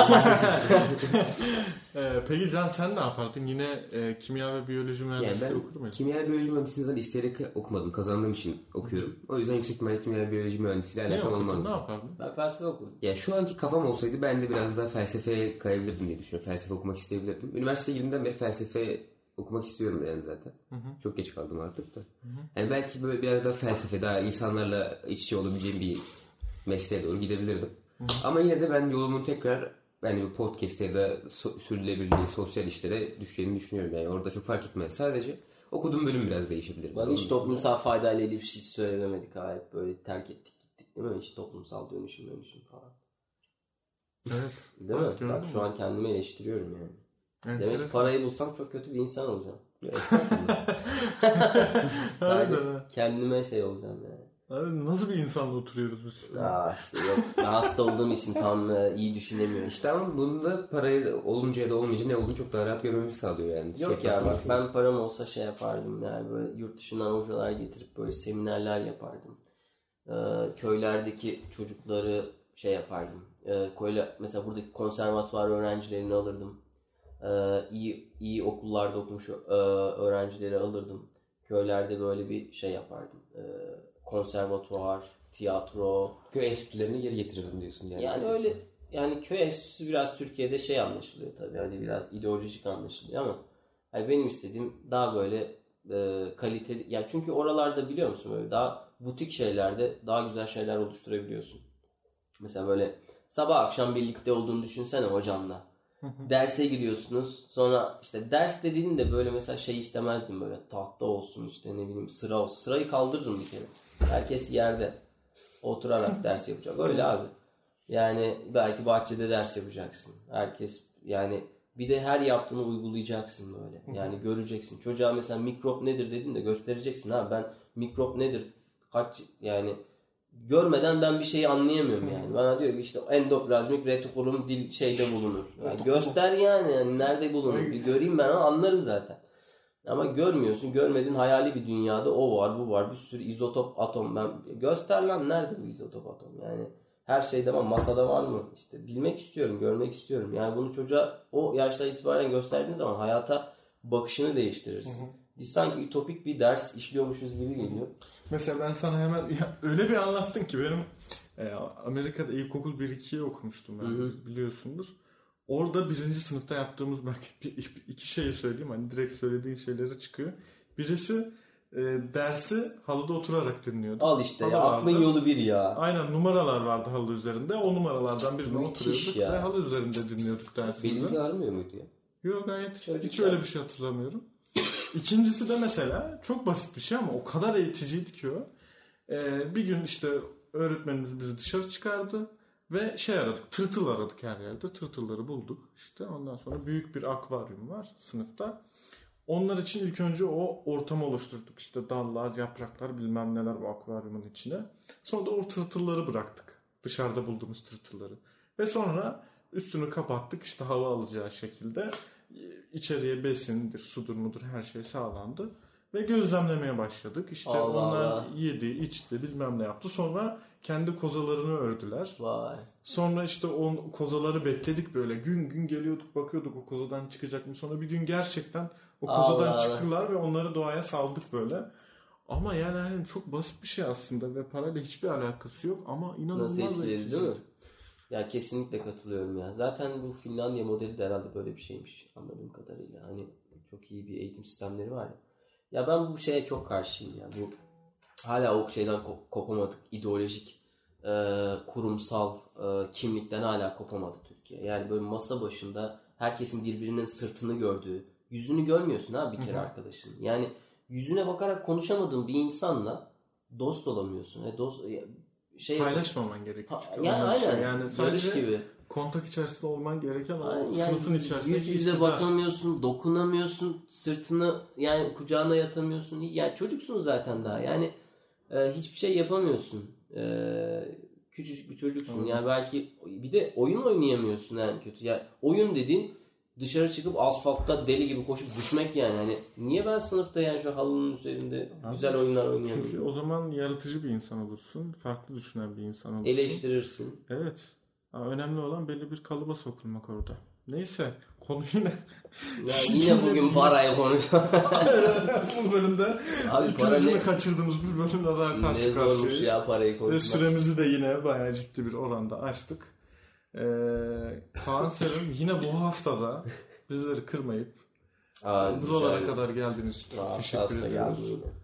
ee, peki Can, sen ne yapardın? Yine e, kimya ve biyoloji mühendisliği Yani okur ben muydun? kimya ve biyoloji mühendisliğini zaten isteyerek okumadım. Kazandığım için okuyorum. O yüzden yüksek ihtimalle kimya ve biyoloji mühendisliğiyle Ne alakam okurdun? olmazdı. Ne yapardın? Ben felsefe okurdum. Ya şu anki kafam olsaydı ben de biraz daha felsefeye kayabilirdim diye düşünüyorum. Felsefe okumak isteyebilirdim. Üniversiteye girdiğimden beri felsefe okumak istiyorum yani zaten. Hı hı. Çok geç kaldım artık da. Hı hı. Yani belki böyle biraz daha felsefe, daha insanlarla iç içe olabileceğim bir mesleğe doğru gidebilirdim. Hı hı. Ama yine de ben yolumun tekrar yani bu podcast'e ya da so- sürdürülebilirliği, sosyal işlere düşeceğini düşünüyorum. Yani orada çok fark etmez. Sadece okuduğum bölüm biraz değişebilir. Bak hiç toplumsal faydayla ilgili bir şey söylemedik ha. Hep böyle terk ettik gittik değil mi? Hiç toplumsal dönüşüm dönüşüm falan. Evet. Değil Bak, mi? Bak şu an kendimi eleştiriyorum yani. Enteresan. Demek ki parayı bulsam çok kötü bir insan olacağım. Sadece kendime şey olacağım yani. Abi nasıl bir insanla oturuyoruz biz? Aa işte yok. Ben hasta olduğum için tam e, iyi düşünemiyorum. İşte ama bunda parayı olunca ya da olmayınca ne olduğunu çok daha rahat görmemizi sağlıyor yani. Yok şey ya bak ben param olsa şey yapardım yani böyle yurt dışından hocalar getirip böyle seminerler yapardım. Ee, köylerdeki çocukları şey yapardım. Ee, köyle, mesela buradaki konservatuvar öğrencilerini alırdım. Ee, iyi iyi okullarda okumuş e, öğrencileri alırdım. Köylerde böyle bir şey yapardım. Ee, konservatuvar, tiyatro. Köy enstitülerini geri getirirdim diyorsun yani. Yani öyle yani köy enstitüsü biraz Türkiye'de şey anlaşılıyor tabii. Hani biraz ideolojik anlaşılıyor ama hani benim istediğim daha böyle e, kaliteli. Yani çünkü oralarda biliyor musun böyle daha butik şeylerde daha güzel şeyler oluşturabiliyorsun. Mesela böyle sabah akşam birlikte olduğunu düşünsene hocamla. Derse giriyorsunuz. Sonra işte ders dediğinde böyle mesela şey istemezdim böyle tahta olsun işte ne bileyim sıra olsun. Sırayı kaldırırım bir kere. Herkes yerde oturarak ders yapacak. Öyle abi. Yani belki bahçede ders yapacaksın. Herkes yani bir de her yaptığını uygulayacaksın böyle. Yani göreceksin. Çocuğa mesela mikrop nedir dedin de göstereceksin. Ha ben mikrop nedir kaç yani görmeden ben bir şeyi anlayamıyorum yani. Bana diyor ki işte endoplazmik retikulum dil şeyde bulunur. Yani göster yani. yani nerede bulunur? Bir göreyim ben onu anlarım zaten. Ama görmüyorsun. Görmediğin hayali bir dünyada o var, bu var. Bir sürü izotop atom. Ben göster lan nerede bu izotop atom? Yani her şeyde var. Masada var mı? İşte bilmek istiyorum, görmek istiyorum. Yani bunu çocuğa o yaşta itibaren gösterdiğin zaman hayata bakışını değiştirirsin. Hı hı. Biz sanki ütopik bir ders işliyormuşuz gibi geliyor. Mesela ben sana hemen ya öyle bir anlattın ki benim e, Amerika'da ilkokul bir ikiyi okumuştum ben, hı hı. biliyorsundur. Orada birinci sınıfta yaptığımız belki bir, iki şeyi söyleyeyim. Hani direkt söylediğin şeyleri çıkıyor. Birisi e, dersi halıda oturarak dinliyordu. Al işte ya, aklın yolu bir ya. Aynen numaralar vardı halı üzerinde. O numaralardan birine oturuyorduk ya. Ve halı üzerinde dinliyorduk dersimizi. Belinizi ağrımıyor muydu ya? Yok gayet. Çocuk hiç ya. Öyle bir şey hatırlamıyorum. İkincisi de mesela çok basit bir şey ama o kadar eğiticiydi ki o. Ee, bir gün işte öğretmenimiz bizi dışarı çıkardı. Ve şey aradık, tırtıl aradık her yerde. Tırtılları bulduk. İşte ondan sonra büyük bir akvaryum var sınıfta. Onlar için ilk önce o ortamı oluşturduk. İşte dallar, yapraklar bilmem neler o akvaryumun içine. Sonra da o tırtılları bıraktık. Dışarıda bulduğumuz tırtılları. Ve sonra üstünü kapattık işte hava alacağı şekilde. İçeriye besindir, sudur mudur her şey sağlandı. Ve gözlemlemeye başladık. İşte Allah onlar Allah. yedi, içti bilmem ne yaptı. Sonra kendi kozalarını ördüler. Vay. Sonra işte o kozaları bekledik böyle. Gün gün geliyorduk bakıyorduk o kozadan çıkacak mı. Sonra bir gün gerçekten o kozadan Allah çıktılar ve onları doğaya saldık böyle. Ama yani, yani çok basit bir şey aslında ve parayla hiçbir alakası yok ama inanılmaz nasıl etkiledi değil mi? Ya kesinlikle katılıyorum ya. Zaten bu Finlandiya modeli de herhalde böyle bir şeymiş anladığım kadarıyla. Hani çok iyi bir eğitim sistemleri var ya. Ya ben bu şeye çok karşıyım ya. Bu hala o şeyden kop- kopamadık. İdeolojik, e, kurumsal e, kimlikten hala kopamadı Türkiye. Yani böyle masa başında herkesin birbirinin sırtını gördüğü, yüzünü görmüyorsun ha bir kere arkadaşın. Yani yüzüne bakarak konuşamadığın bir insanla dost olamıyorsun. E dost şey Paylaşmaman gerekiyor. Ha, Çünkü yani öyle bir şey. aynen. Yani Yarış sadece gibi. kontak içerisinde olman gereken o Yani sınıfın içerisinde. yüz yüze bakamıyorsun, dokunamıyorsun, sırtını yani kucağına yatamıyorsun. Yani çocuksun zaten daha. Yani e, hiçbir şey yapamıyorsun. E, küçücük bir çocuksun. Hı. Yani belki bir de oyun oynayamıyorsun yani kötü. Yani oyun dediğin dışarı çıkıp asfaltta deli gibi koşup düşmek yani. Hani niye ben sınıfta yani şu halının üzerinde Abi, güzel oyunlar oynuyorum? Çünkü o zaman yaratıcı bir insan olursun. Farklı düşünen bir insan olursun. Eleştirirsin. Evet. Ama önemli olan belli bir kalıba sokulmak orada. Neyse. Konu yine... Ya yine bugün parayı konuşalım. Bu bölümde Abi para ikincini ne? kaçırdığımız bir bölümde daha karşı Ne zormuş karşıyayız. ya parayı Ve konuşmak. süremizi de yine bayağı ciddi bir oranda açtık. Ee, Kaan Selim yine bu haftada bizleri kırmayıp Aa, buralara güzel. kadar geldiğiniz için çok Aa, teşekkür aslında ediyoruz. geldi yine.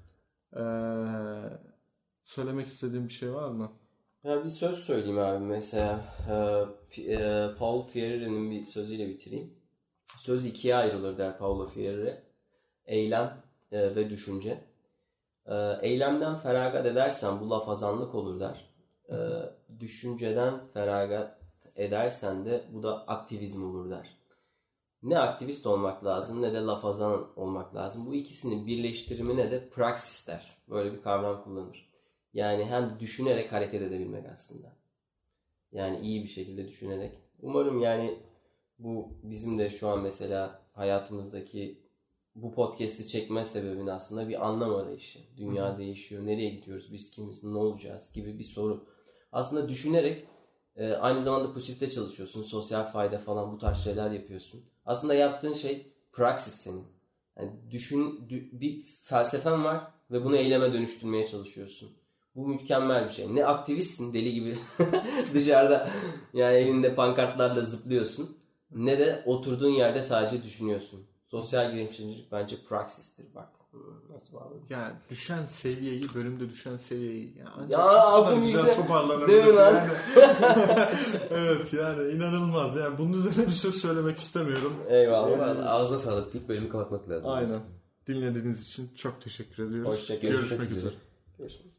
Ee, söylemek istediğim bir şey var mı? Ya bir söz söyleyeyim abi mesela. Ee, P- e, Paul Fierre'nin bir sözüyle bitireyim. Söz ikiye ayrılır der Paulo Freire. Eylem e, ve düşünce. Ee, eylemden feragat edersen bu lafazanlık olur der. Ee, düşünceden feragat edersen de bu da aktivizm olur der. Ne aktivist olmak lazım ne de lafazan olmak lazım. Bu ikisinin birleştirimine de praksis der. Böyle bir kavram kullanır. Yani hem düşünerek hareket edebilmek aslında. Yani iyi bir şekilde düşünerek. Umarım yani bu bizim de şu an mesela hayatımızdaki bu podcast'i çekme sebebin aslında bir anlam arayışı. Dünya Hı-hı. değişiyor. Nereye gidiyoruz? Biz kimiz? Ne olacağız? Gibi bir soru. Aslında düşünerek e, aynı zamanda pozitifte çalışıyorsun. Sosyal fayda falan bu tarz şeyler yapıyorsun. Aslında yaptığın şey praksis senin. Yani düşün, dü, bir felsefen var ve bunu eyleme dönüştürmeye çalışıyorsun. Bu mükemmel bir şey. Ne aktivistsin deli gibi dışarıda yani elinde pankartlarla zıplıyorsun. Ne de oturduğun yerde sadece düşünüyorsun. Sosyal girişimcilik bence praksistir bak. Nasıl bağlı? Yani düşen seviyeyi, bölümde düşen seviyeyi yani ancak ya aldım güzel güzel toparlanabilir. Değil mi lan? Yani. Evet yani inanılmaz. Yani bunun üzerine bir söz söylemek istemiyorum. Eyvallah. Yani, ağzına sağlık deyip bölümü kapatmak lazım. Aynen. Dinlediğiniz için çok teşekkür ediyoruz. Hoşçakalın. Görüşmek üzere. Görüşmek üzere.